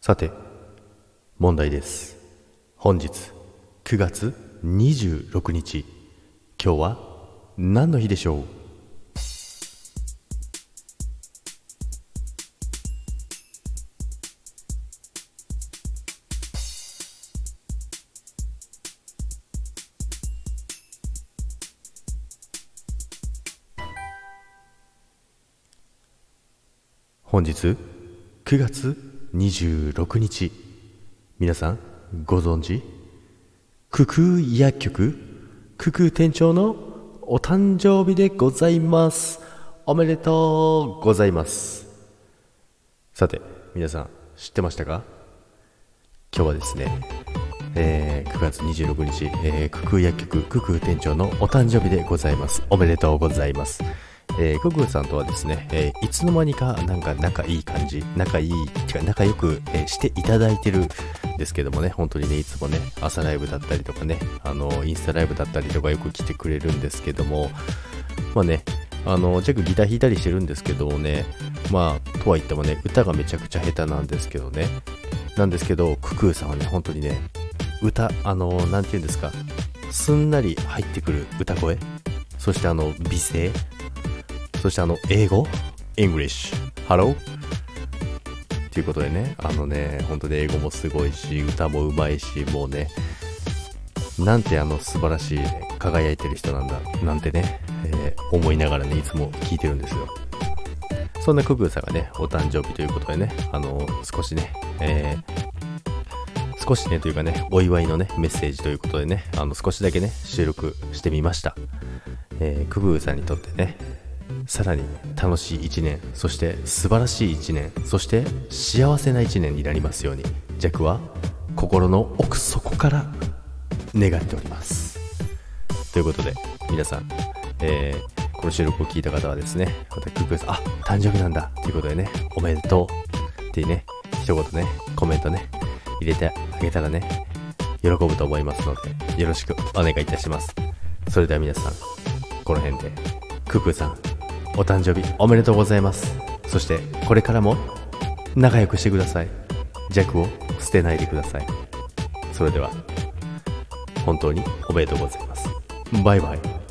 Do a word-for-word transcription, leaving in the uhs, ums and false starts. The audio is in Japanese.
さて、問題です。本日くがつにじゅうろくにち、今日は何の日でしょう？本日くがつにじゅうろくにち、皆さんご存知、ククー薬局ククー店長のお誕生日でございます。おめでとうございます。さて皆さん知ってましたか？今日はですね、えー、くがつにじゅうろくにち、えー、ククー薬局ククー店長のお誕生日でございます。おめでとうございます。えー、ククーさんとはですね、えー、いつの間にかなんか仲いい感じ、仲いい、違う、仲良く、えー、していただいてるんですけどもね、本当にね、いつもね、朝ライブだったりとかね、あの、インスタライブだったりとかよく来てくれるんですけども、まあね、あの、ジャックギター弾いたりしてるんですけどもね、まあ、とは言ってもね、歌がめちゃくちゃ下手なんですけどね、なんですけど、ククーさんはね、本当にね、歌、あの、なんて言うんですか、すんなり入ってくる歌声、そしてあの、美声、そしてあの英語 English Hello ということでね、あのね、本当に英語もすごいし、歌もうまいし、もうね、なんてあの素晴らしい、ね、輝いてる人なんだなんてね、えー、思いながらね、いつも聞いてるんですよ。そんなククーさんがね、お誕生日ということでね、あの少しね、えー、少しねというかね、お祝いのねメッセージということでね、あの少しだけね収録してみました。えー、ククーさんにとってね、さらに楽しいいちねん、そして素晴らしいいちねん、そして幸せないちねんになりますように、ジャックは心の奥底から願っております。ということで皆さん、えー、この収録を聞いた方はですね、またクックーさん、あ、誕生日なんだということでね、おめでとうっていうね、一言ね、コメントね入れてあげたらね、喜ぶと思いますので、よろしくお願いいたします。それでは皆さん、この辺でクックーさん、お誕生日おめでとうございます。そしてこれからも仲良くしてください。ジャックを捨てないでください。それでは本当におめでとうございます。バイバイ。